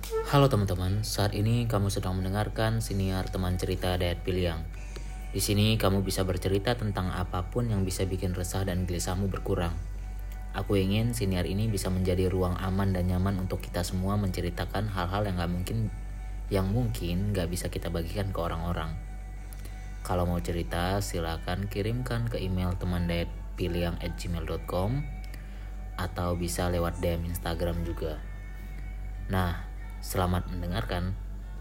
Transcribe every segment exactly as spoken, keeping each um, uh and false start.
Halo teman-teman, saat ini kamu sedang mendengarkan siniar teman cerita Dayat Piliang. Di sini kamu bisa bercerita tentang apapun yang bisa bikin resah dan gelisahmu berkurang. Aku ingin siniar ini bisa menjadi ruang aman dan nyaman untuk kita semua menceritakan hal-hal yang gak mungkin yang mungkin gak bisa kita bagikan ke orang-orang. Kalau mau cerita, silakan kirimkan ke email temandayatpiliang at gmail dot com atau bisa lewat D M Instagram juga. Nah, selamat mendengarkan.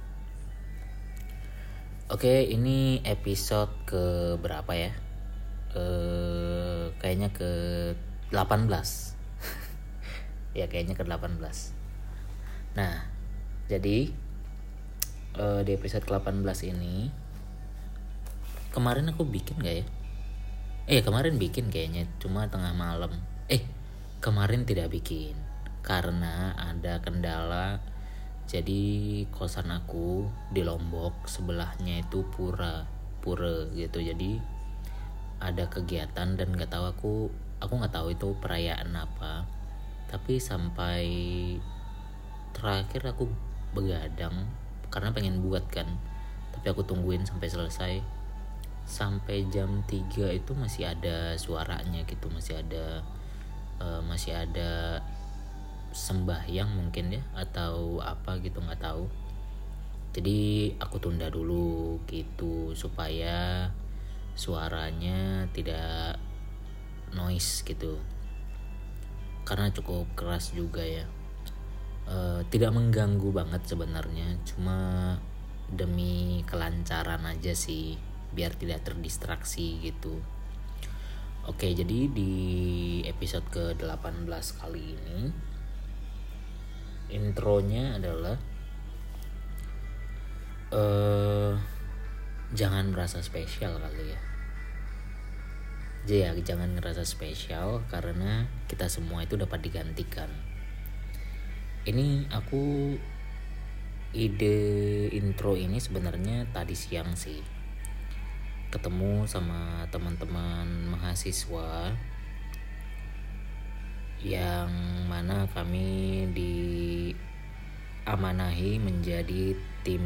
Oke, ini episode ke berapa ya? Eh, kayaknya ke delapan belas. Ya, kayaknya ke delapan belas. Nah, jadi eh, di episode ke delapan belas ini kemarin aku bikin gak ya? Eh, kemarin bikin kayaknya, cuma tengah malam. Eh, kemarin tidak bikin karena ada kendala. Jadi kosan aku di Lombok, sebelahnya itu pura pura gitu. Jadi ada kegiatan dan nggak tahu aku aku nggak tahu itu perayaan apa. Tapi sampai terakhir aku begadang karena pengen buat kan. Tapi aku tungguin sampai selesai. Sampai jam tiga itu masih ada suaranya gitu, masih ada uh, masih ada sembahyang mungkin ya, atau apa gitu, nggak tahu. Jadi aku tunda dulu gitu supaya suaranya tidak noise gitu, karena cukup keras juga ya. E, tidak mengganggu banget sebenarnya, cuma demi kelancaran aja sih, biar tidak terdistraksi gitu. Oke, jadi di episode ke delapan belas kali ini intronya adalah uh, jangan merasa spesial kali ya. Jadi ya jangan ngerasa spesial karena kita semua itu dapat digantikan. Ini aku ide intro ini sebenarnya tadi siang sih. Ketemu sama teman-teman mahasiswa yang mana kami diamanahi menjadi tim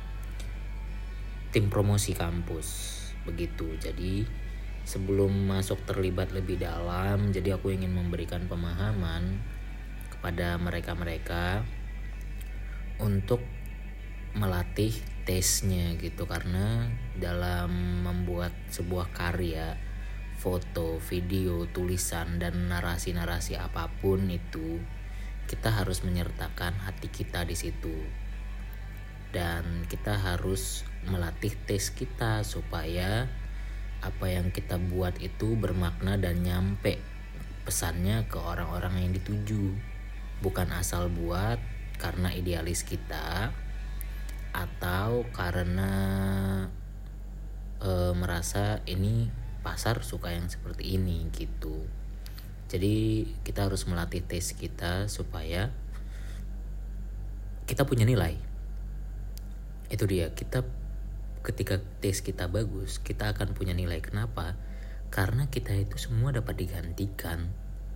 tim promosi kampus begitu. Jadi sebelum masuk terlibat lebih dalam, jadi aku ingin memberikan pemahaman kepada mereka-mereka untuk melatih tesnya gitu, karena dalam membuat sebuah karya, foto, video, tulisan, dan narasi-narasi apapun itu, kita harus menyertakan hati kita di situ. Dan kita harus melatih tes kita supaya apa yang kita buat itu bermakna dan nyampe pesannya ke orang-orang yang dituju. Bukan asal buat karena idealis kita atau karena e, merasa ini pasar suka yang seperti ini gitu. Jadi kita harus melatih tes kita supaya kita punya nilai. Itu dia, kita ketika tes kita bagus, kita akan punya nilai. Kenapa? Karena kita itu semua dapat digantikan.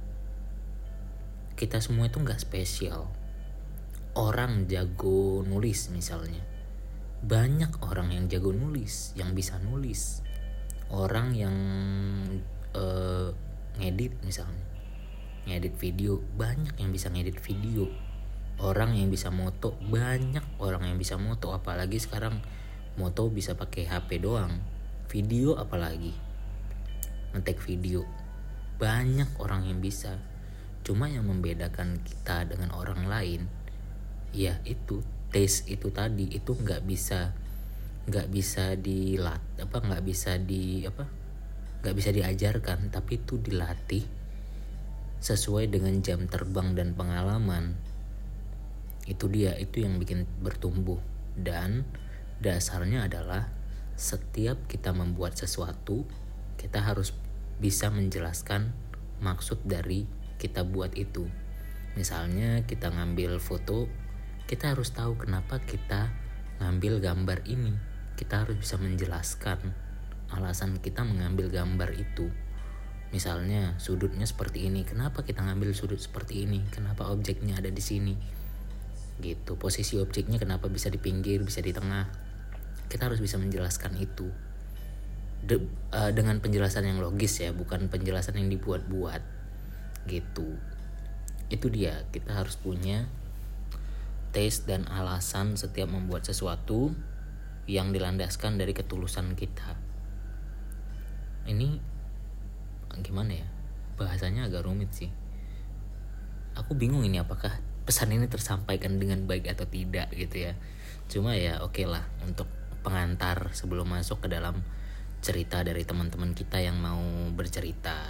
Kita semua itu gak spesial. Orang jago nulis misalnya, banyak orang yang jago nulis, yang bisa nulis. Orang yang uh, ngedit misalnya, ngedit video, banyak yang bisa ngedit video. Orang yang bisa moto, banyak orang yang bisa moto. Apalagi sekarang moto bisa pakai H P doang. Video apalagi, ngetek video, banyak orang yang bisa. Cuma yang membedakan kita dengan orang lain, ya itu tes itu tadi, itu nggak bisa nggak bisa dilat apa nggak bisa di apa nggak bisa diajarkan, tapi itu dilatih sesuai dengan jam terbang dan pengalaman. Itu dia, itu yang bikin bertumbuh. Dan dasarnya adalah setiap kita membuat sesuatu, kita harus bisa menjelaskan maksud dari kita buat itu. Misalnya kita ngambil foto, kita harus tahu kenapa kita ngambil gambar ini. Kita harus bisa menjelaskan alasan kita mengambil gambar itu. Misalnya sudutnya seperti ini, kenapa kita ngambil sudut seperti ini, kenapa objeknya ada di sini. gitu. Posisi objeknya kenapa bisa di pinggir, bisa di tengah, kita harus bisa menjelaskan itu De, uh, dengan penjelasan yang logis ya, bukan penjelasan yang dibuat-buat gitu. Itu dia, kita harus punya taste dan alasan setiap membuat sesuatu yang dilandaskan dari ketulusan kita. Ini gimana ya, bahasanya agak rumit sih. Aku bingung ini apakah pesan ini tersampaikan dengan baik atau tidak gitu ya. Cuma ya oke okay lah untuk pengantar sebelum masuk ke dalam cerita dari teman-teman kita yang mau bercerita.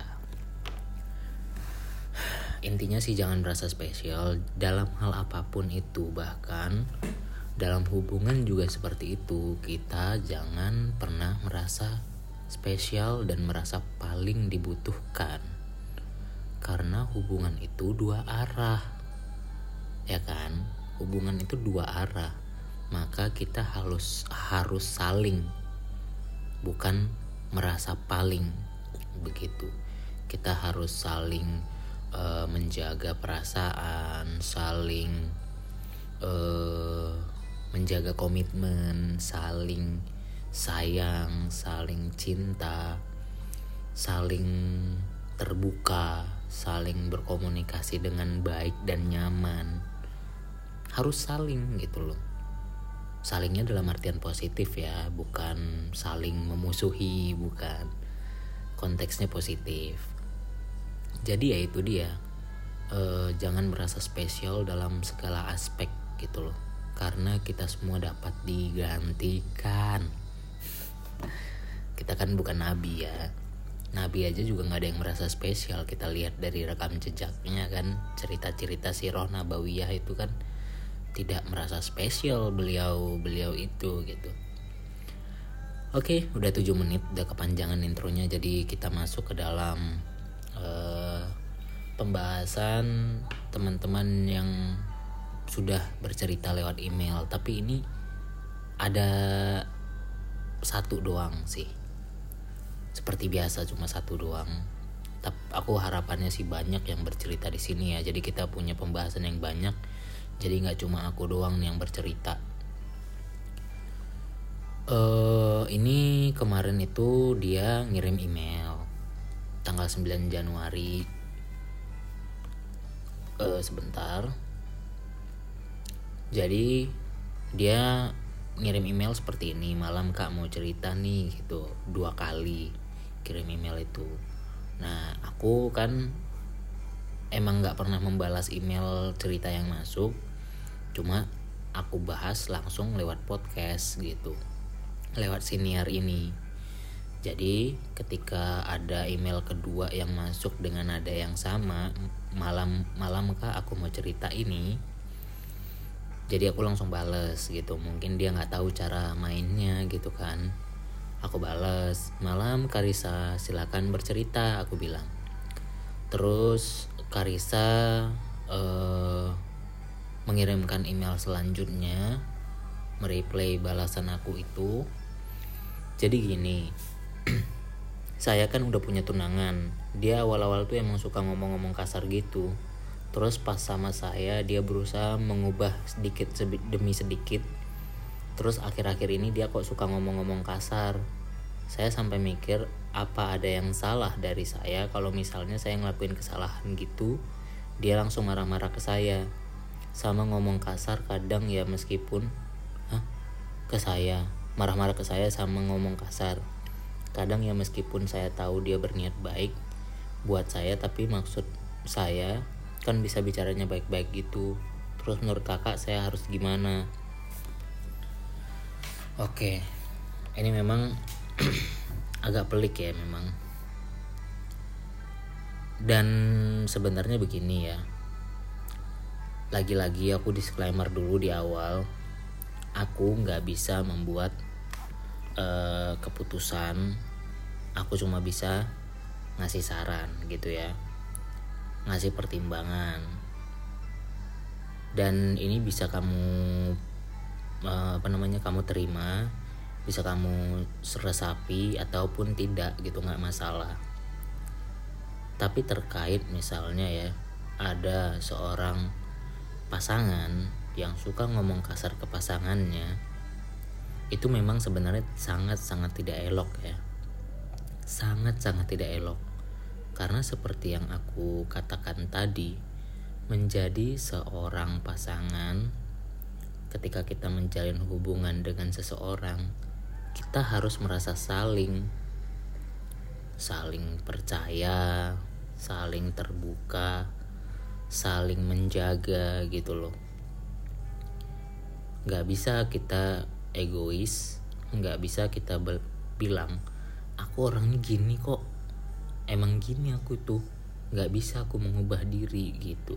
Intinya sih jangan merasa spesial dalam hal apapun itu, bahkan dalam hubungan juga seperti itu. Kita jangan pernah merasa spesial dan merasa paling dibutuhkan, karena hubungan itu dua arah, ya kan? Hubungan itu dua arah, maka kita harus harus saling, bukan merasa paling begitu. Kita harus saling uh, menjaga perasaan, saling uh, menjaga komitmen, saling sayang, saling cinta, saling terbuka, saling berkomunikasi dengan baik dan nyaman. Harus saling gitu loh. Salingnya dalam artian positif ya, bukan saling memusuhi, bukan. Konteksnya positif. Jadi ya itu dia, e, jangan merasa spesial dalam segala aspek gitu loh, karena kita semua dapat digantikan. Kita kan bukan nabi ya. Nabi aja juga gak ada yang merasa spesial. Kita lihat dari rekam jejaknya kan, cerita-cerita sirah nabawiyah itu kan tidak merasa spesial beliau beliau itu gitu. Oke, udah tujuh menit, udah kepanjangan intronya. Jadi kita masuk ke dalam uh, pembahasan teman-teman yang sudah bercerita lewat email. Tapi ini ada satu doang sih, seperti biasa cuma satu doang. Tapi aku harapannya sih banyak yang bercerita di sini ya. Jadi kita punya pembahasan yang banyak. Jadi nggak cuma aku doang yang bercerita. Uh, ini kemarin itu dia ngirim email tanggal sembilan Januari. Uh, sebentar. Jadi dia ngirim email seperti ini, malam kak mau cerita nih gitu. Dua kali kirim email itu. Nah aku kan emang nggak pernah membalas email cerita yang masuk. Cuma aku bahas langsung lewat podcast gitu, lewat siniar ini. Jadi ketika ada email kedua yang masuk dengan nada yang sama, malam malam kak aku mau cerita ini, jadi aku langsung bales gitu. Mungkin dia nggak tahu cara mainnya gitu kan. Aku bales, malam Karisa silakan bercerita, aku bilang. Terus Karisa uh, mengirimkan email selanjutnya, mereply balasan aku itu. Jadi gini, saya kan udah punya tunangan. Dia awal-awal tuh emang suka ngomong-ngomong kasar gitu. Terus pas sama saya dia berusaha mengubah sedikit demi sedikit. Terus akhir-akhir ini dia kok suka ngomong-ngomong kasar. Saya sampai mikir apa ada yang salah dari saya kalau misalnya saya ngelakuin kesalahan gitu, dia langsung marah-marah ke saya. Sama ngomong kasar kadang ya, meskipun hah? ke saya marah-marah ke saya sama ngomong kasar kadang ya, meskipun saya tahu dia berniat baik buat saya, tapi maksud saya kan bisa bicaranya baik-baik gitu. Terus menurut kakak saya harus gimana? Oke, ini memang agak pelik ya memang. Dan sebenarnya begini ya, lagi-lagi aku disclaimer dulu di awal, aku gak bisa membuat uh, keputusan. Aku cuma bisa ngasih saran gitu ya, ngasih pertimbangan. Dan ini bisa kamu uh, apa namanya kamu terima, bisa kamu resapi ataupun tidak gitu, gak masalah. Tapi terkait misalnya ya, ada seorang pasangan yang suka ngomong kasar ke pasangannya, itu memang sebenarnya sangat-sangat tidak elok ya. Sangat-sangat tidak elok. Karena seperti yang aku katakan tadi, menjadi seorang pasangan, ketika kita menjalin hubungan dengan seseorang, kita harus merasa saling saling percaya, saling terbuka, saling menjaga gitu loh. Gak bisa kita egois, gak bisa kita be- bilang aku orangnya gini kok, emang gini aku tuh, gak bisa aku mengubah diri gitu.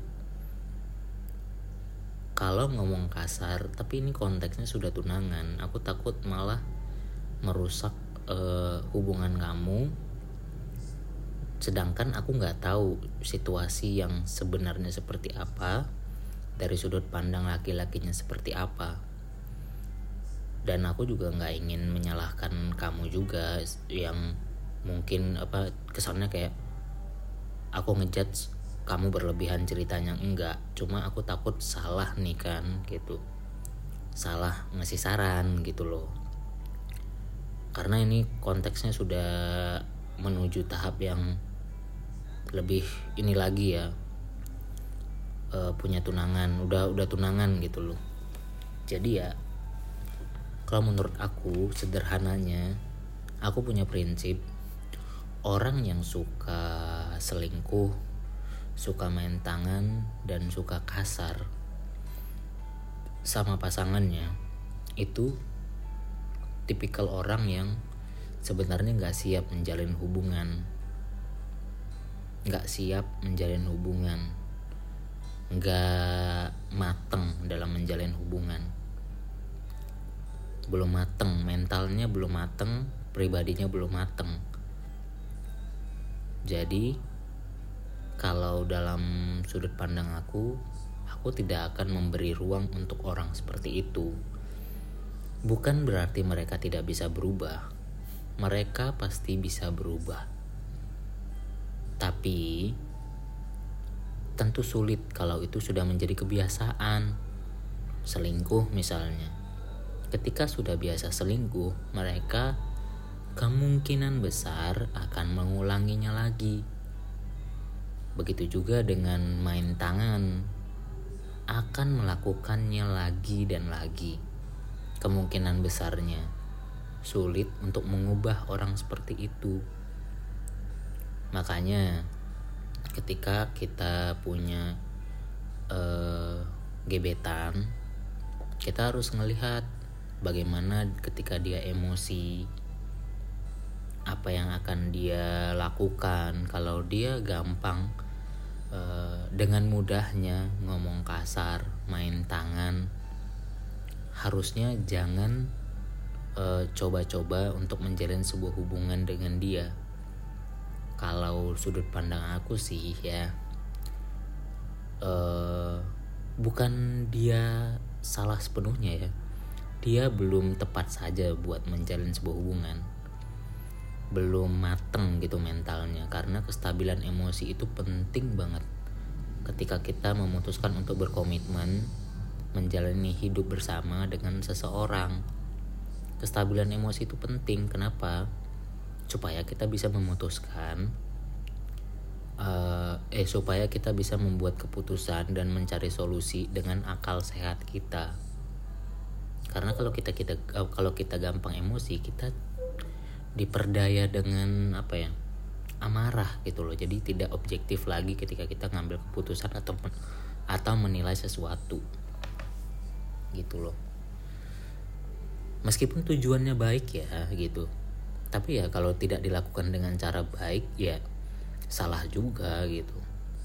Kalau ngomong kasar, tapi ini konteksnya sudah tunangan, aku takut malah merusak uh, hubungan kamu, sedangkan aku nggak tahu situasi yang sebenarnya seperti apa, dari sudut pandang laki-lakinya seperti apa. Dan aku juga nggak ingin menyalahkan kamu juga, yang mungkin apa kesannya kayak aku ngejudge kamu berlebihan ceritanya. Enggak, cuma aku takut salah nih kan gitu, salah ngasih saran gitu loh. Karena ini konteksnya sudah menuju tahap yang lebih ini lagi ya, e, punya tunangan, udah udah tunangan gitu loh. Jadi ya, kalau menurut aku sederhananya, aku punya prinsip, orang yang suka selingkuh, suka main tangan, dan suka kasar sama pasangannya, itu tipikal orang yang sebenarnya gak siap menjalin hubungan. Gak siap menjalin hubungan, gak mateng dalam menjalin hubungan. Belum mateng, mentalnya belum mateng, pribadinya belum mateng. Jadi kalau dalam sudut pandang aku, aku tidak akan memberi ruang untuk orang seperti itu. Bukan berarti mereka tidak bisa berubah. Mereka pasti bisa berubah. Tapi tentu sulit kalau itu sudah menjadi kebiasaan. Selingkuh misalnya. Ketika sudah biasa selingkuh, mereka kemungkinan besar akan mengulanginya lagi. Begitu juga dengan main tangan, akan melakukannya lagi dan lagi. Kemungkinan besarnya sulit untuk mengubah orang seperti itu. Makanya ketika kita punya uh, gebetan, kita harus ngelihat bagaimana ketika dia emosi, apa yang akan dia lakukan. Kalau dia gampang uh, dengan mudahnya ngomong kasar, main tangan, harusnya jangan uh, coba-coba untuk menjalin sebuah hubungan dengan dia. Kalau sudut pandang aku sih ya, uh, bukan dia salah sepenuhnya ya, dia belum tepat saja buat menjalin sebuah hubungan, belum mateng gitu mentalnya. Karena kestabilan emosi itu penting banget ketika kita memutuskan untuk berkomitmen menjalani hidup bersama dengan seseorang. Kestabilan emosi itu penting. Kenapa? Supaya kita bisa memutuskan uh, eh supaya kita bisa membuat keputusan dan mencari solusi dengan akal sehat kita. Karena kalau kita kita kalau kita gampang emosi, kita diperdaya dengan apa ya, amarah gitu loh. Jadi tidak objektif lagi ketika kita ngambil keputusan atau atau menilai sesuatu gitu loh. Meskipun tujuannya baik ya gitu, tapi ya kalau tidak dilakukan dengan cara baik ya salah juga gitu.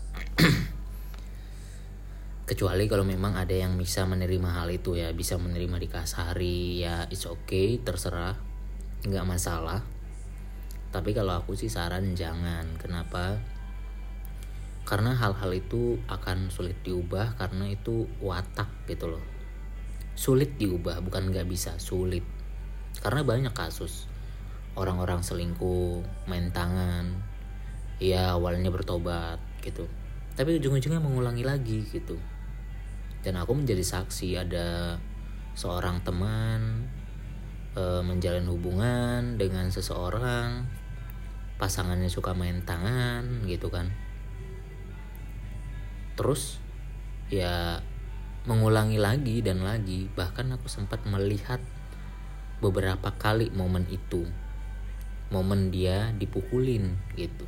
Kecuali kalau memang ada yang bisa menerima hal itu ya, bisa menerima dikasari ya, it's okay, terserah, nggak masalah. Tapi kalau aku sih saran jangan. Kenapa? Karena hal-hal itu akan sulit diubah, karena itu watak gitu loh. Sulit diubah, bukan nggak bisa, sulit. Karena banyak kasus orang-orang selingkuh, main tangan, ya awalnya bertobat gitu, tapi ujung-ujungnya mengulangi lagi gitu. Dan aku menjadi saksi ada seorang teman e, menjalin hubungan dengan seseorang, pasangannya suka main tangan gitu kan. Terus ya mengulangi lagi dan lagi. Bahkan aku sempat melihat beberapa kali momen itu, momen dia dipukulin gitu.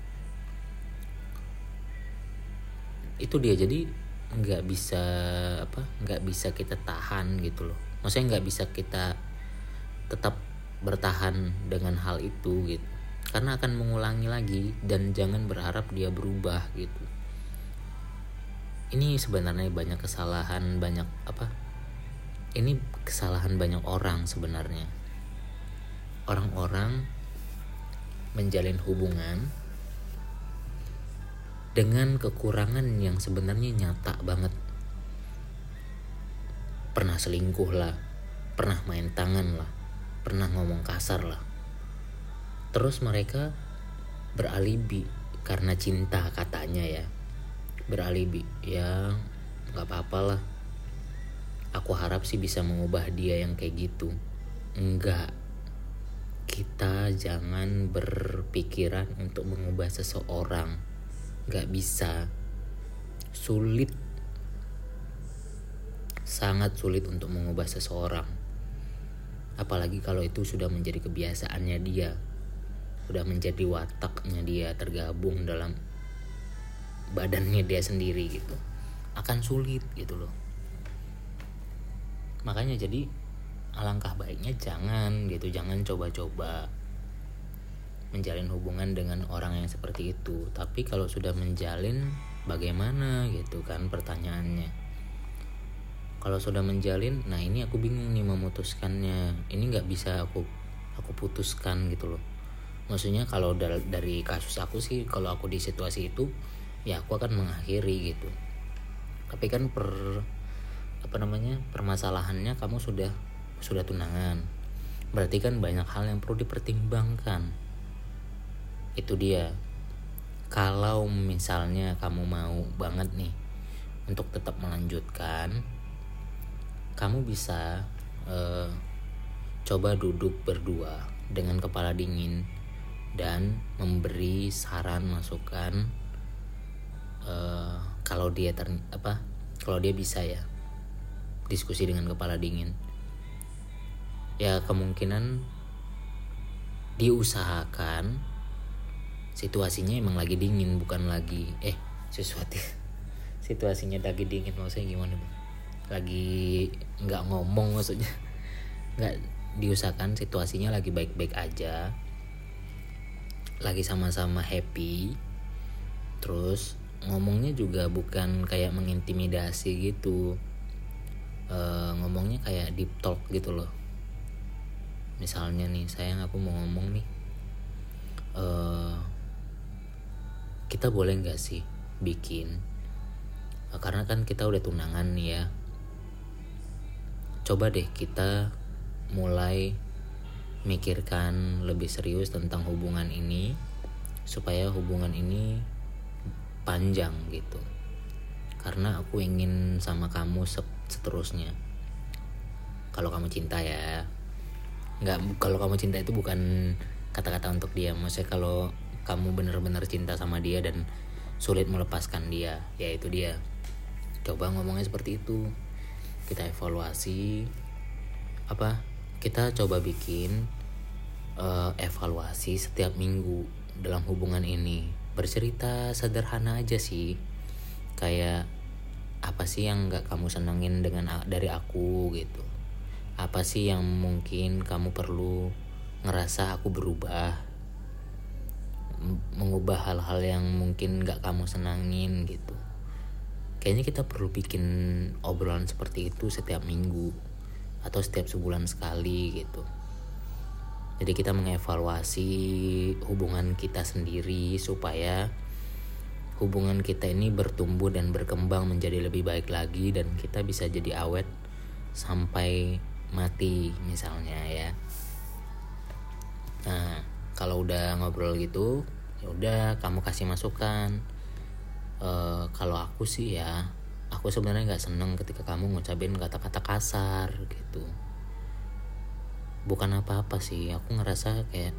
Itu dia, jadi nggak bisa apa nggak bisa kita tahan gitu loh. Maksudnya nggak bisa kita tetap bertahan dengan hal itu gitu, karena akan mengulangi lagi. Dan jangan berharap dia berubah gitu. Ini sebenarnya banyak kesalahan, banyak apa ini kesalahan banyak orang sebenarnya. Orang-orang menjalin hubungan dengan kekurangan yang sebenarnya nyata banget. Pernah selingkuh lah, pernah main tangan lah, pernah ngomong kasar lah. Terus mereka beralibi karena cinta katanya ya. Beralibi, ya gak apa-apa lah. Aku harap sih bisa mengubah dia yang kayak gitu. Enggak. Kita jangan berpikiran untuk mengubah seseorang. Gak bisa. Sulit. Sangat sulit untuk mengubah seseorang. Apalagi kalau itu sudah menjadi kebiasaannya dia, sudah menjadi wataknya dia, tergabung dalam badannya dia sendiri gitu. Akan sulit gitu loh. Makanya jadi alangkah baiknya jangan gitu, jangan coba-coba menjalin hubungan dengan orang yang seperti itu. Tapi kalau sudah menjalin bagaimana gitu kan pertanyaannya. Kalau sudah menjalin, nah ini aku bingung nih memutuskannya. Ini nggak bisa aku aku putuskan gitu loh. Maksudnya kalau dari, dari kasus aku sih, kalau aku di situasi itu, ya aku akan mengakhiri gitu. Tapi kan per apa namanya permasalahannya kamu sudah sudah tunangan. Berarti kan banyak hal yang perlu dipertimbangkan. Itu dia. Kalau misalnya kamu mau banget nih untuk tetap melanjutkan, kamu bisa uh, coba duduk berdua dengan kepala dingin dan memberi saran masukan. Uh, kalau dia ter, apa kalau dia bisa ya diskusi dengan kepala dingin. Ya kemungkinan diusahakan situasinya emang lagi dingin, bukan lagi eh sesuatu situasinya lagi dingin maksudnya gimana bang? Lagi nggak ngomong maksudnya, nggak diusahakan situasinya lagi baik-baik aja, lagi sama-sama happy. Terus ngomongnya juga bukan kayak mengintimidasi gitu, e, ngomongnya kayak deep talk gitu loh. Misalnya nih, sayang aku mau ngomong nih, e, kita boleh nggak sih bikin, karena kan kita udah tunangan nih ya, coba deh kita mulai mikirkan lebih serius tentang hubungan ini supaya hubungan ini panjang gitu, karena aku ingin sama kamu seterusnya. Kalau kamu cinta ya, nggak, kalau kamu cinta itu bukan kata-kata untuk dia, maksudnya kalau kamu benar-benar cinta sama dia dan sulit melepaskan dia, ya itu dia. Coba ngomongnya seperti itu. Kita evaluasi apa? Kita coba bikin uh, evaluasi setiap minggu dalam hubungan ini. Bercerita sederhana aja sih. Kayak apa sih yang enggak kamu senengin dengan dari aku gitu. Apa sih yang mungkin kamu perlu ngerasa aku berubah, mengubah hal-hal yang mungkin gak kamu senangin gitu. Kayaknya kita perlu bikin obrolan seperti itu setiap minggu atau setiap sebulan sekali gitu. Jadi kita mengevaluasi hubungan kita sendiri supaya hubungan kita ini bertumbuh dan berkembang menjadi lebih baik lagi, dan kita bisa jadi awet sampai mati misalnya ya. Nah, kalau udah ngobrol gitu, ya udah kamu kasih masukan. E, kalau aku sih ya aku sebenarnya nggak seneng ketika kamu ngucapin kata-kata kasar gitu. Bukan apa-apa sih, aku ngerasa kayak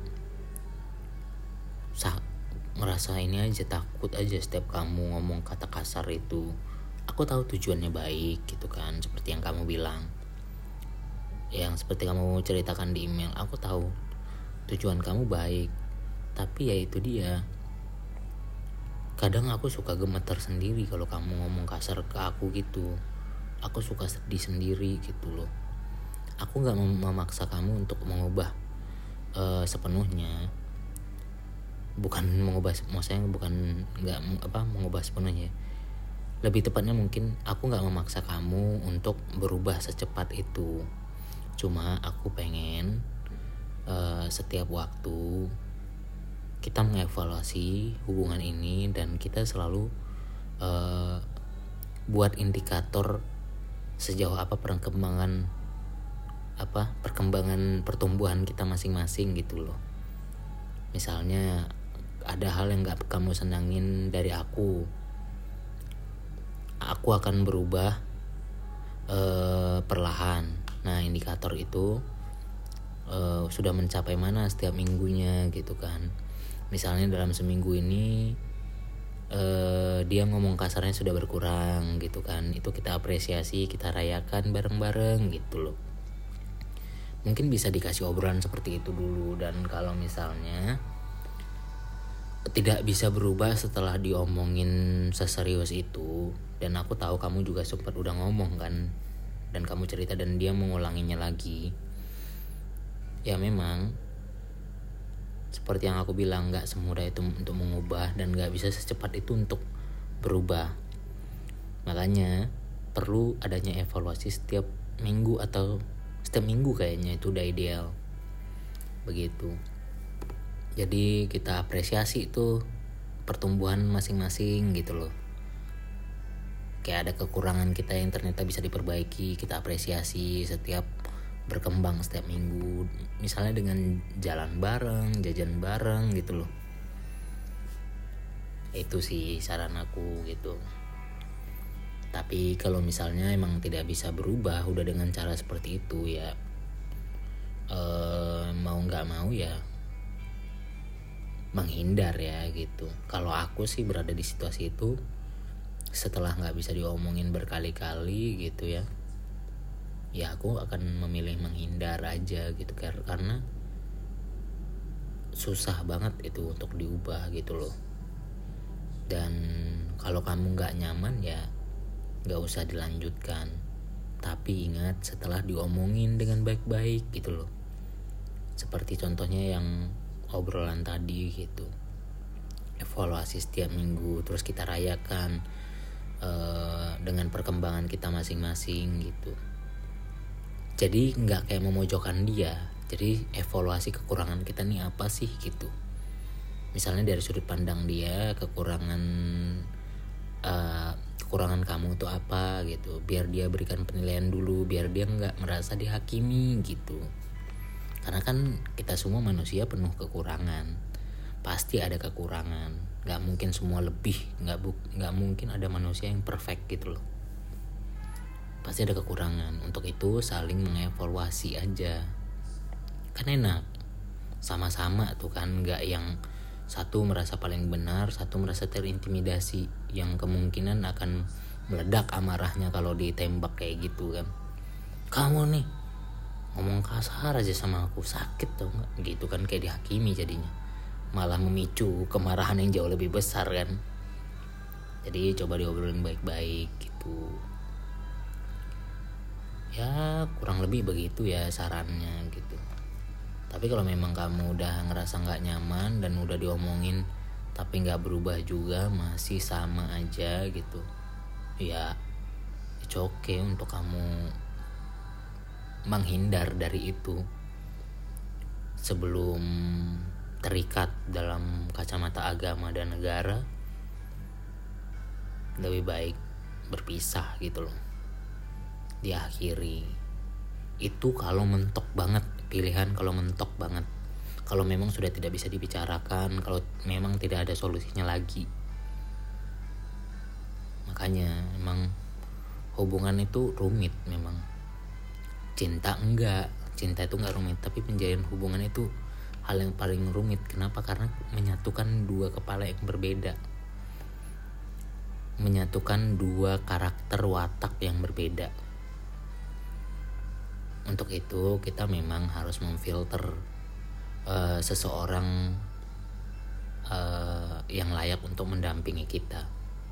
sah, ngerasa ini aja, takut aja setiap kamu ngomong kata kasar itu. Aku tahu tujuannya baik gitu kan, seperti yang kamu bilang, yang seperti kamu ceritakan di email. Aku tahu tujuan kamu baik, tapi ya itu dia, kadang aku suka gemeter sendiri kalau kamu ngomong kasar ke aku gitu. Aku suka sedih sendiri gitu loh. Aku gak mem- memaksa kamu untuk mengubah uh, sepenuhnya. Bukan mengubah, maksudnya bukan gak apa mengubah sepenuhnya. Lebih tepatnya mungkin aku gak memaksa kamu untuk berubah secepat itu. Cuma aku pengen uh, setiap waktu kita mengevaluasi hubungan ini, dan kita selalu uh, buat indikator sejauh apa perkembangan apa perkembangan pertumbuhan kita masing-masing gitu loh. Misalnya ada hal yang gak kamu senangin dari aku, aku akan berubah uh, perlahan. Nah, indikator itu uh, sudah mencapai mana setiap minggunya gitu kan. Misalnya dalam seminggu ini uh, dia ngomong kasarnya sudah berkurang gitu kan. Itu kita apresiasi, kita rayakan bareng-bareng gitu loh. Mungkin bisa dikasih obrolan seperti itu dulu. Dan kalau misalnya tidak bisa berubah setelah diomongin seserius itu, dan aku tahu kamu juga sempat udah ngomong kan, dan kamu cerita dan dia mengulanginya lagi, ya memang seperti yang aku bilang, gak semudah itu untuk mengubah, dan gak bisa secepat itu untuk berubah. Makanya perlu adanya evaluasi setiap minggu, atau setiap minggu kayaknya itu udah ideal. Begitu. Jadi kita apresiasi itu pertumbuhan masing-masing gitu loh. Kayak ada kekurangan kita yang ternyata bisa diperbaiki, kita apresiasi setiap berkembang setiap minggu. Misalnya dengan jalan bareng, jajan bareng gitu loh. Itu sih saran aku gitu. Tapi kalau misalnya emang tidak bisa berubah udah dengan cara seperti itu, ya eh, mau gak mau ya menghindar ya gitu. Kalau aku sih berada di situasi itu, setelah gak bisa diomongin berkali-kali gitu ya, ya aku akan memilih menghindar aja gitu. Karena susah banget itu untuk diubah gitu loh. Dan kalau kamu gak nyaman ya gak usah dilanjutkan. Tapi ingat, setelah diomongin dengan baik-baik gitu loh. Seperti contohnya yang obrolan tadi gitu. Evaluasi setiap minggu, terus kita rayakan uh, dengan perkembangan kita masing-masing gitu. Jadi gak kayak memojokkan dia. Jadi evaluasi kekurangan kita nih apa sih gitu. Misalnya dari sudut pandang dia, kekurangan uh, kekurangan kamu tuh apa gitu. Biar dia berikan penilaian dulu, biar dia gak merasa dihakimi gitu. Karena kan kita semua manusia penuh kekurangan. Pasti ada kekurangan. Gak mungkin semua lebih. Gak, bu- gak mungkin ada manusia yang perfect gitu loh. Pasti ada kekurangan. Untuk itu saling mengevaluasi aja. Kan enak. Sama-sama tuh kan. Gak yang satu merasa paling benar, satu merasa terintimidasi. Yang kemungkinan akan meledak amarahnya kalau ditembak kayak gitu kan. Kamu nih ngomong kasar aja sama aku, sakit tuh nggak gitu kan, kayak dihakimi jadinya, malah memicu kemarahan yang jauh lebih besar kan. Jadi coba diobrolin baik-baik gitu ya, kurang lebih begitu ya sarannya gitu. Tapi kalau memang kamu udah ngerasa nggak nyaman dan udah diomongin tapi nggak berubah juga, masih sama aja gitu, ya it's okay untuk kamu menghindar dari itu sebelum terikat dalam kacamata agama dan negara. Lebih baik berpisah gitu loh, diakhiri. Itu kalau mentok banget, pilihan kalau mentok banget, kalau memang sudah tidak bisa dibicarakan, kalau memang tidak ada solusinya lagi. Makanya emang hubungan itu rumit memang. Cinta enggak, cinta itu enggak rumit, tapi penjalin hubungan itu hal yang paling rumit. Kenapa? Karena menyatukan dua kepala yang berbeda, menyatukan dua karakter watak yang berbeda. Untuk itu kita memang harus memfilter uh, seseorang uh, yang layak untuk mendampingi kita.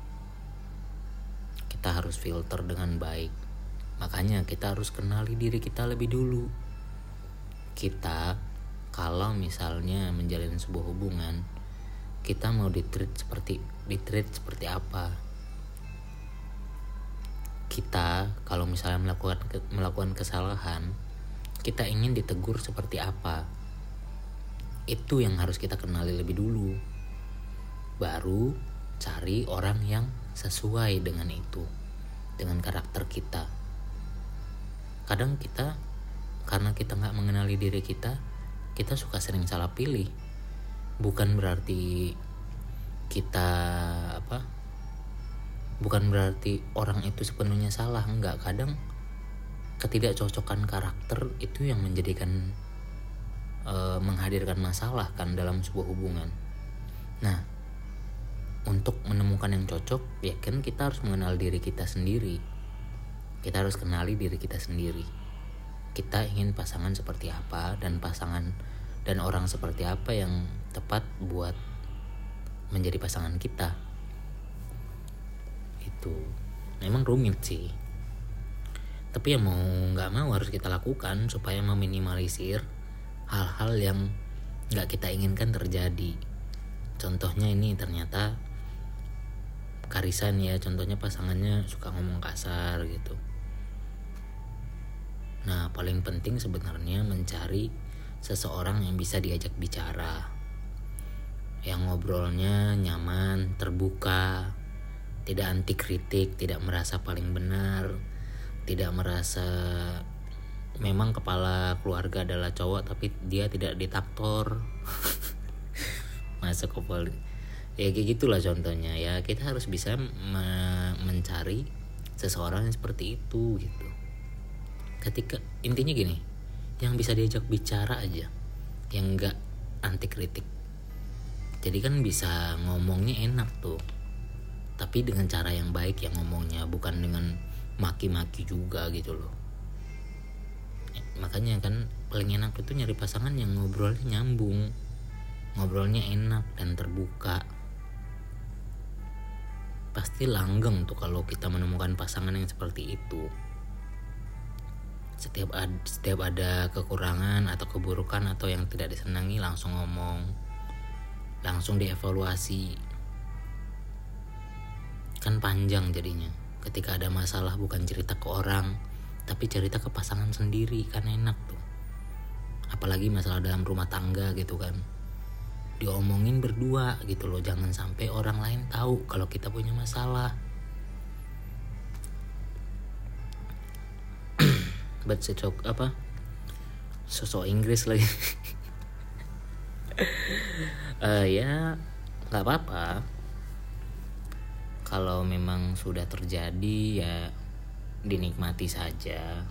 Kita harus filter dengan baik. Makanya kita harus kenali diri kita lebih dulu. Kita kalau misalnya menjalin sebuah hubungan, kita mau ditreat seperti ditreat seperti apa? Kita kalau misalnya melakukan melakukan kesalahan, kita ingin ditegur seperti apa? Itu yang harus kita kenali lebih dulu. Baru cari orang yang sesuai dengan itu, dengan karakter kita. Kadang kita karena kita nggak mengenali diri kita, kita suka sering salah pilih. Bukan berarti kita apa? Bukan berarti orang itu sepenuhnya salah, enggak. Kadang ketidakcocokan karakter itu yang menjadikan e, menghadirkan masalah kan dalam sebuah hubungan. Nah, untuk menemukan yang cocok, ya kan kita harus mengenal diri kita sendiri. Kita harus kenali diri kita sendiri. Kita ingin pasangan seperti apa, dan pasangan dan orang seperti apa yang tepat buat menjadi pasangan kita. Itu memang rumit sih, tapi ya mau nggak mau harus kita lakukan supaya meminimalisir hal-hal yang nggak kita inginkan terjadi. Contohnya ini ternyata Karisan ya, contohnya pasangannya suka ngomong kasar gitu. Nah, paling penting sebenarnya mencari seseorang yang bisa diajak bicara, yang ngobrolnya nyaman, terbuka, tidak anti kritik, tidak merasa paling benar, tidak merasa memang kepala keluarga adalah cowok tapi dia tidak diktator. Masuk kepala ya kayak gitulah contohnya. Ya kita harus bisa me- mencari seseorang yang seperti itu gitu. Ketika intinya gini, yang bisa diajak bicara aja, yang enggak anti kritik. Jadi kan bisa ngomongnya enak tuh, tapi dengan cara yang baik yang ngomongnya, bukan dengan maki-maki juga gitu loh. Makanya kan paling enak itu nyari pasangan yang ngobrolnya nyambung, ngobrolnya enak dan terbuka. Pasti langgeng tuh kalau kita menemukan pasangan yang seperti itu. Setiap ada, setiap ada kekurangan atau keburukan atau yang tidak disenangi langsung ngomong, langsung dievaluasi. Kan panjang jadinya. Ketika ada masalah bukan cerita ke orang, tapi cerita ke pasangan sendiri, kan enak tuh. Apalagi masalah dalam rumah tangga gitu kan, diomongin berdua gitu loh. Jangan sampai orang lain tahu kalau kita punya masalah. But sosok apa sosok Inggris lagi. uh, ya nggak apa-apa kalau memang sudah terjadi, ya dinikmati saja.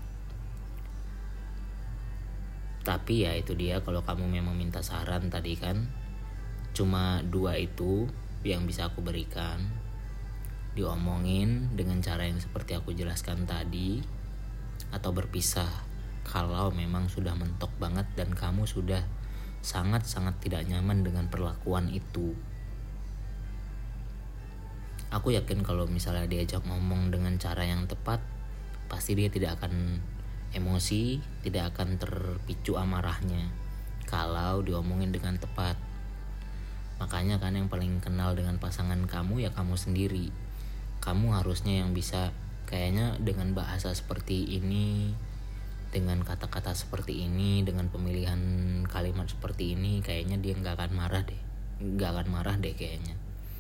Tapi ya itu dia, kalau kamu memang minta saran tadi kan, cuma dua itu yang bisa aku berikan. Diomongin dengan cara yang seperti aku jelaskan tadi, atau berpisah kalau memang sudah mentok banget dan kamu sudah sangat-sangat tidak nyaman dengan perlakuan itu. Aku yakin kalau misalnya diajak ngomong dengan cara yang tepat, pasti dia tidak akan emosi, tidak akan terpicu amarahnya kalau diomongin dengan tepat. Makanya kan yang paling kenal dengan pasangan kamu ya kamu sendiri. Kamu harusnya yang bisa, kayaknya dengan bahasa seperti ini, dengan kata-kata seperti ini, dengan pemilihan kalimat seperti ini, kayaknya dia gak akan marah deh. Gak akan marah deh kayaknya.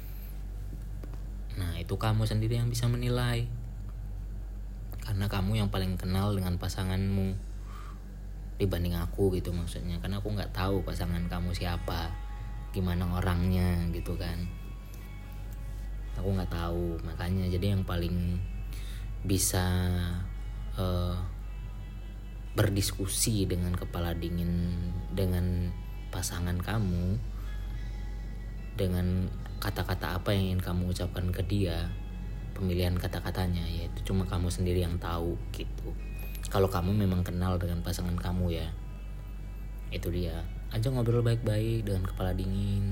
Nah itu kamu sendiri yang bisa menilai, karena kamu yang paling kenal dengan pasanganmu dibanding aku gitu maksudnya. Karena aku gak tahu pasangan kamu siapa, gimana orangnya gitu kan. Aku gak tahu, makanya jadi yang paling bisa uh, berdiskusi dengan kepala dingin dengan pasangan kamu, dengan kata-kata apa yang ingin kamu ucapkan ke dia, pemilihan kata-katanya ya itu cuma kamu sendiri yang tahu gitu. Kalau kamu memang kenal dengan pasangan kamu ya, itu dia. Ajak ngobrol baik-baik dengan kepala dingin,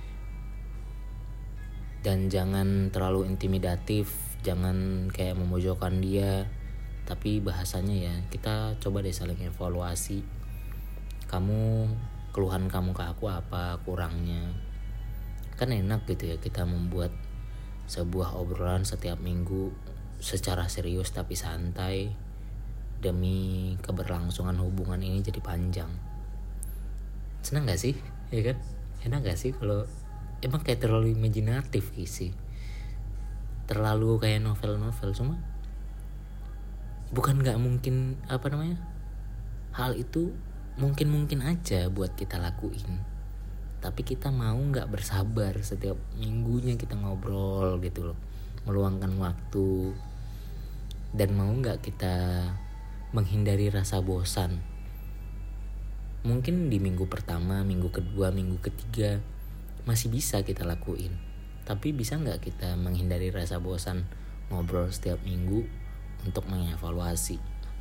dan jangan terlalu intimidatif, jangan kayak memojokkan dia, tapi bahasanya ya kita coba deh saling evaluasi. Kamu, keluhan kamu ke aku apa kurangnya, kan enak gitu ya kita membuat sebuah obrolan setiap minggu secara serius tapi santai, demi keberlangsungan hubungan ini jadi panjang. Senang gak sih? Ya kan? Enak gak sih kalau emang kayak terlalu imajinatif sih, terlalu kayak novel-novel. Cuma bukan gak mungkin, apa namanya, hal itu mungkin-mungkin aja buat kita lakuin, tapi kita mau gak bersabar setiap minggunya kita ngobrol gitu loh, meluangkan waktu, dan mau gak kita menghindari rasa bosan. Mungkin di minggu pertama, minggu kedua, minggu ketiga masih bisa kita lakuin, tapi bisa gak kita menghindari rasa bosan ngobrol setiap minggu untuk mengevaluasi.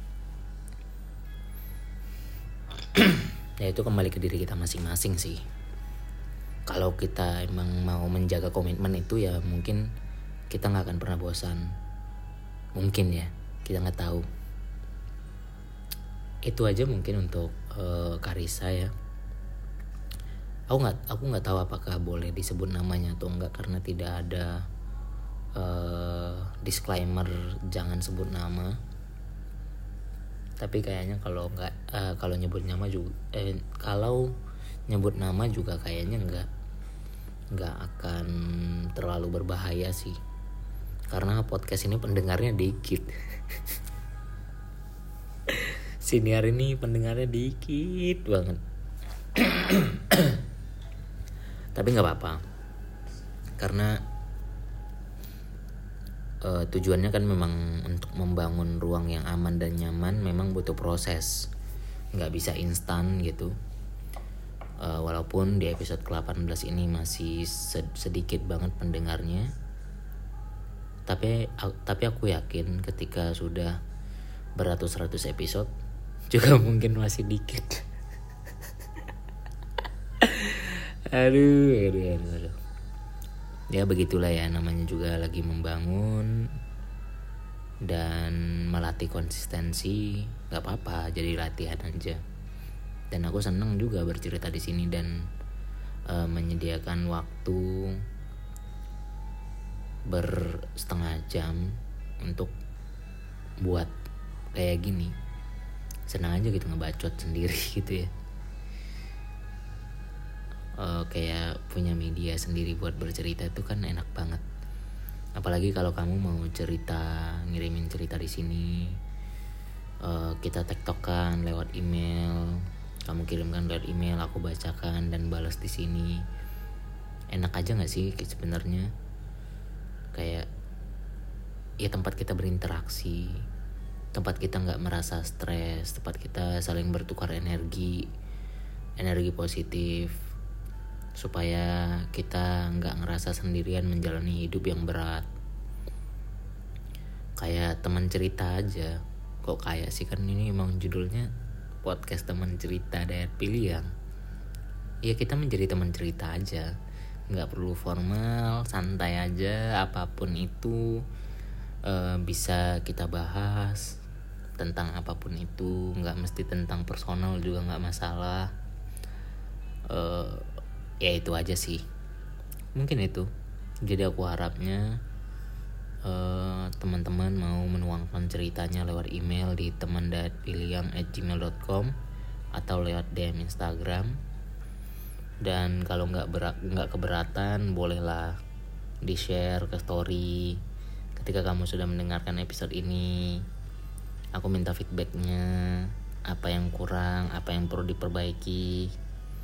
Ya itu kembali ke diri kita masing-masing sih. Kalau kita emang mau menjaga komitmen itu ya mungkin kita gak akan pernah bosan. Mungkin ya, kita gak tahu. Itu aja mungkin untuk uh, Karissa ya. Aku nggak aku nggak tahu apakah boleh disebut namanya atau enggak, karena tidak ada uh, disclaimer jangan sebut nama. Tapi kayaknya kalau nggak uh, kalau nyebut nama juga eh, kalau nyebut nama juga kayaknya nggak nggak akan terlalu berbahaya sih, karena podcast ini pendengarnya dikit. Siniar ini pendengarnya dikit banget. Tapi nggak apa-apa, karena uh, tujuannya kan memang untuk membangun ruang yang aman dan nyaman. Memang butuh proses, nggak bisa instan gitu. Uh, walaupun di episode ke delapan belas ini masih sed- sedikit banget pendengarnya, tapi tapi aku yakin ketika sudah beratus-ratus episode juga mungkin masih dikit. aduh, aduh, aduh, aduh. Ya begitulah ya, namanya juga lagi membangun dan melatih konsistensi. Gak apa-apa, jadi latihan aja. Dan aku senang juga bercerita di sini dan uh, menyediakan waktu bersetengah jam untuk buat kayak gini. Senang aja gitu ngebacot sendiri gitu ya. Uh, kayak punya media sendiri buat bercerita itu kan enak banget. Apalagi kalau kamu mau cerita, ngirimin cerita di sini, uh, kita tektokan lewat email, kamu kirimkan lewat email, aku bacakan dan balas di sini. Enak aja nggak sih sebenarnya? Kayak ya tempat kita berinteraksi, tempat kita nggak merasa stres, tempat kita saling bertukar energi, energi positif, supaya kita nggak ngerasa sendirian menjalani hidup yang berat. Kayak teman cerita aja. Kok kayak sih, kan ini emang judulnya podcast teman cerita dari pilihan. Ya kita menjadi teman cerita aja, nggak perlu formal, santai aja. Apapun itu uh, bisa kita bahas, tentang apapun itu, nggak mesti tentang personal juga nggak masalah. Uh, ya itu aja sih, mungkin itu. Jadi aku harapnya uh, teman-teman mau menuangkan ceritanya lewat email di teman dot pilihan at gmail dot com atau lewat D M Instagram. Dan kalau nggak berat nggak keberatan, bolehlah di share ke story ketika kamu sudah mendengarkan episode ini. Aku minta feedbacknya, apa yang kurang, apa yang perlu diperbaiki.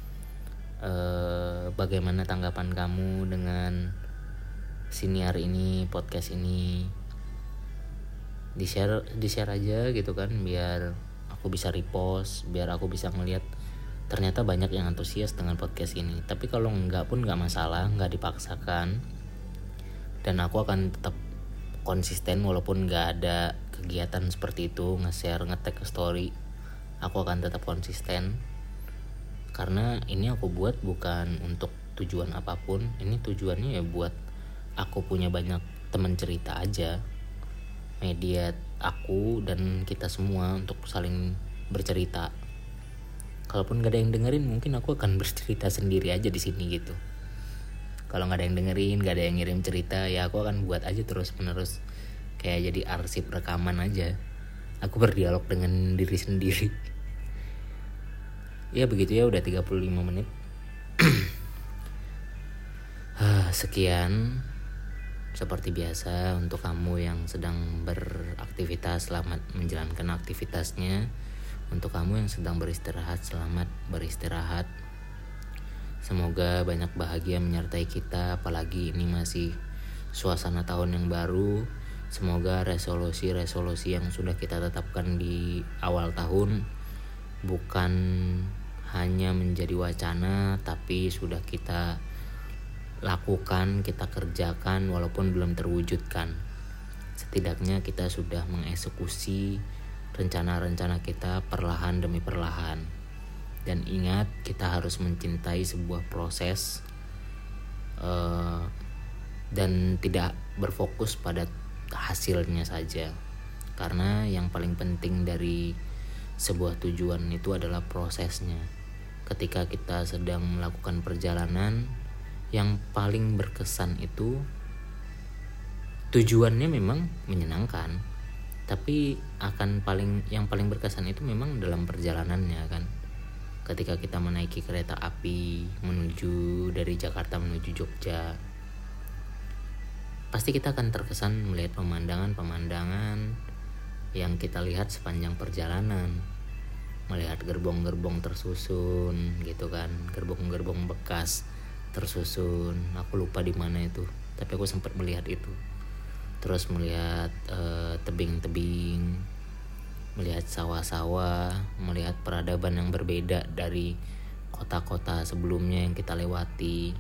Uh, bagaimana tanggapan kamu dengan siniar ini, podcast ini. di share di share aja gitu kan, biar aku bisa repost, biar aku bisa ngelihat ternyata banyak yang antusias dengan podcast ini. Tapi kalau enggak pun enggak masalah, enggak dipaksakan, dan aku akan tetap konsisten walaupun enggak ada kegiatan seperti itu, nge-share, nge-tag ke story. Aku akan tetap konsisten karena ini aku buat bukan untuk tujuan apapun. Ini tujuannya ya buat aku punya banyak teman cerita aja, media aku dan kita semua untuk saling bercerita. Kalaupun gak ada yang dengerin, mungkin aku akan bercerita sendiri aja di sini gitu. Kalau gak ada yang dengerin, gak ada yang ngirim cerita, ya aku akan buat aja terus menerus, kayak jadi arsip rekaman aja. Aku berdialog dengan diri sendiri. Ya begitu ya, udah tiga puluh lima menit. Sekian. Seperti biasa, untuk kamu yang sedang beraktivitas, selamat menjalankan aktivitasnya. Untuk kamu yang sedang beristirahat, selamat beristirahat. Semoga banyak bahagia menyertai kita, apalagi ini masih suasana tahun yang baru. Semoga resolusi-resolusi yang sudah kita tetapkan di awal tahun bukan hanya menjadi wacana, tapi sudah kita lakukan, kita kerjakan walaupun belum terwujudkan. Setidaknya kita sudah mengeksekusi rencana-rencana kita perlahan demi perlahan. Dan ingat, kita harus mencintai sebuah proses uh, dan tidak berfokus pada hasilnya saja. Karena yang paling penting dari sebuah tujuan itu adalah prosesnya. Ketika kita sedang melakukan perjalanan, yang paling berkesan itu tujuannya memang menyenangkan, tapi akan paling yang paling berkesan itu memang dalam perjalanannya kan. Ketika kita menaiki kereta api menuju dari Jakarta menuju Jogja, pasti kita akan terkesan melihat pemandangan-pemandangan yang kita lihat sepanjang perjalanan. Melihat gerbong-gerbong tersusun gitu kan, gerbong-gerbong bekas tersusun. Aku lupa di mana itu, tapi aku sempat melihat itu. Terus melihat uh, tebing-tebing, melihat sawah-sawah, melihat peradaban yang berbeda dari kota-kota sebelumnya yang kita lewati.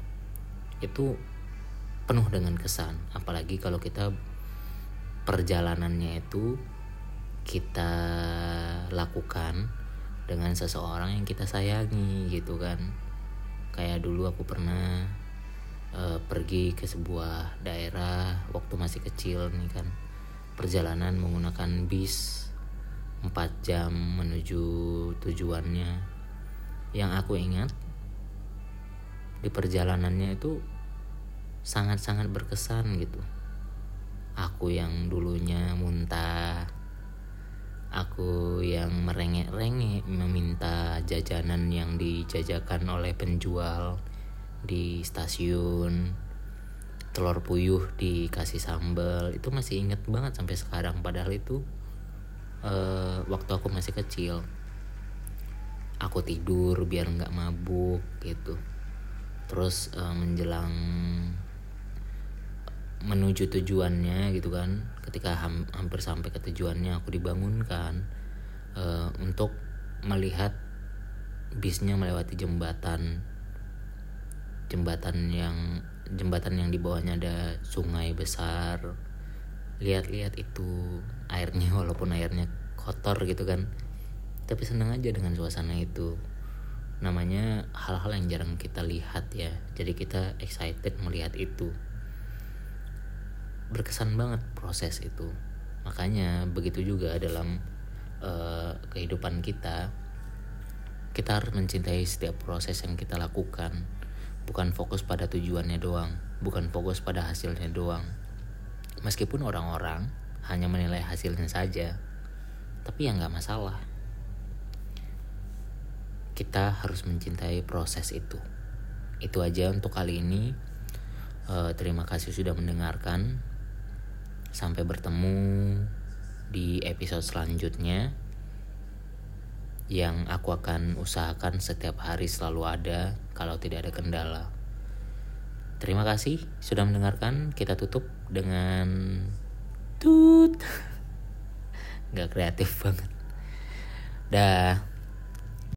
Itu penuh dengan kesan, apalagi kalau kita perjalanannya itu kita lakukan dengan seseorang yang kita sayangi gitu kan. Kayak dulu aku pernah uh, pergi ke sebuah daerah waktu masih kecil nih kan, perjalanan menggunakan bis empat jam menuju tujuannya. Yang aku ingat di perjalanannya itu sangat-sangat berkesan gitu. Aku yang dulunya muntah, aku yang merengek-rengek meminta jajanan yang dijajakan oleh penjual di stasiun, telur puyuh dikasih sambal, itu masih inget banget sampai sekarang. Padahal itu uh, waktu aku masih kecil. Aku tidur biar nggak mabuk gitu. Terus uh, menjelang menuju tujuannya gitu kan, ketika ham, hampir sampai ke tujuannya, aku dibangunkan uh, untuk melihat bisnya melewati jembatan jembatan yang jembatan yang di bawahnya ada sungai besar. Lihat-lihat itu airnya, walaupun airnya kotor gitu kan, tapi senang aja dengan suasana itu. Namanya hal-hal yang jarang kita lihat ya, jadi kita excited melihat itu. Berkesan banget proses itu. Makanya begitu juga dalam uh, kehidupan kita. Kita harus mencintai setiap proses yang kita lakukan. Bukan fokus pada tujuannya doang, bukan fokus pada hasilnya doang. Meskipun orang-orang hanya menilai hasilnya saja, tapi ya gak masalah. Kita harus mencintai proses itu. Itu aja untuk kali ini. uh, Terima kasih sudah mendengarkan. Sampai bertemu di episode selanjutnya, yang aku akan usahakan setiap hari selalu ada kalau tidak ada kendala. Terima kasih sudah mendengarkan. Kita tutup dengan tut. nggak kreatif banget. Dah.